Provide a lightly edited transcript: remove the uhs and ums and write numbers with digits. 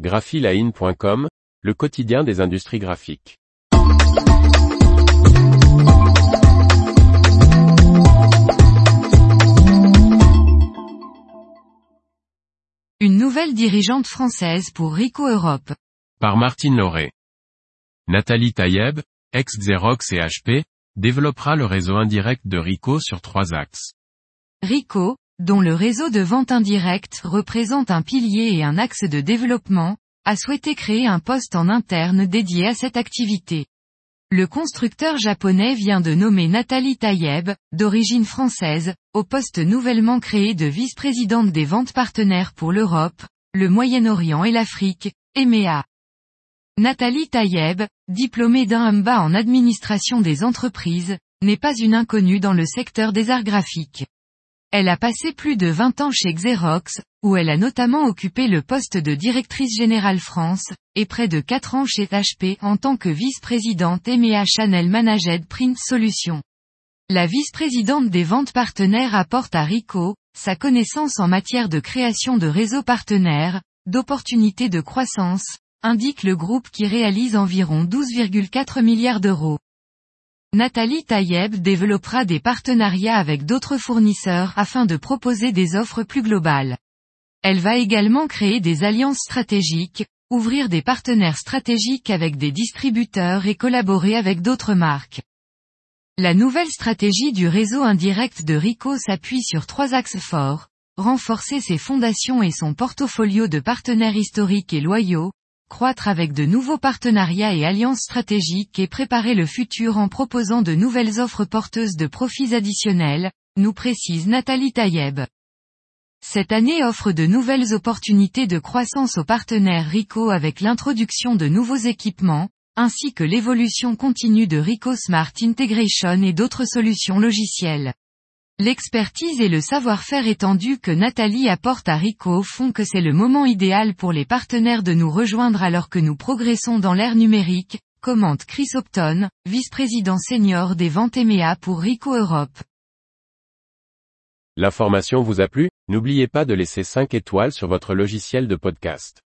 graphiline.com, le quotidien des industries graphiques. Une nouvelle dirigeante française pour Ricoh Europe. Par Martine Lauré. Nathalie Tayeb, ex-Xerox et HP, développera le réseau indirect de Ricoh sur 3 axes. Ricoh, dont le réseau de vente indirecte représente un pilier et un axe de développement, a souhaité créer un poste en interne dédié à cette activité. Le constructeur japonais vient de nommer Nathalie Tayeb, d'origine française, au poste nouvellement créé de vice-présidente des ventes partenaires pour l'Europe, le Moyen-Orient et l'Afrique, EMEA. Nathalie Tayeb, diplômée d'un MBA en administration des entreprises, n'est pas une inconnue dans le secteur des arts graphiques. Elle a passé plus de 20 ans chez Xerox, où elle a notamment occupé le poste de directrice générale France, et près de 4 ans chez HP en tant que vice-présidente EMEA Channel Managed Print Solutions. La vice-présidente des ventes partenaires apporte à Ricoh, sa connaissance en matière de création de réseaux partenaires, d'opportunités de croissance, indique le groupe qui réalise environ 12,4 milliards d'euros. Nathalie Tayeb développera des partenariats avec d'autres fournisseurs afin de proposer des offres plus globales. Elle va également créer des alliances stratégiques, ouvrir des partenaires stratégiques avec des distributeurs et collaborer avec d'autres marques. La nouvelle stratégie du réseau indirect de Ricoh s'appuie sur 3 axes forts: renforcer ses fondations et son portfolio de partenaires historiques et loyaux, croître avec de nouveaux partenariats et alliances stratégiques et préparer le futur en proposant de nouvelles offres porteuses de profits additionnels, nous précise Nathalie Tayeb. Cette année offre de nouvelles opportunités de croissance aux partenaires Ricoh avec l'introduction de nouveaux équipements, ainsi que l'évolution continue de Ricoh Smart Integration et d'autres solutions logicielles. L'expertise et le savoir-faire étendu que Nathalie apporte à Ricoh font que c'est le moment idéal pour les partenaires de nous rejoindre alors que nous progressons dans l'ère numérique, commente Chris Hopton, vice-président senior des ventes EMEA pour Ricoh Europe. L'information vous a plu? N'oubliez pas de laisser 5 étoiles sur votre logiciel de podcast.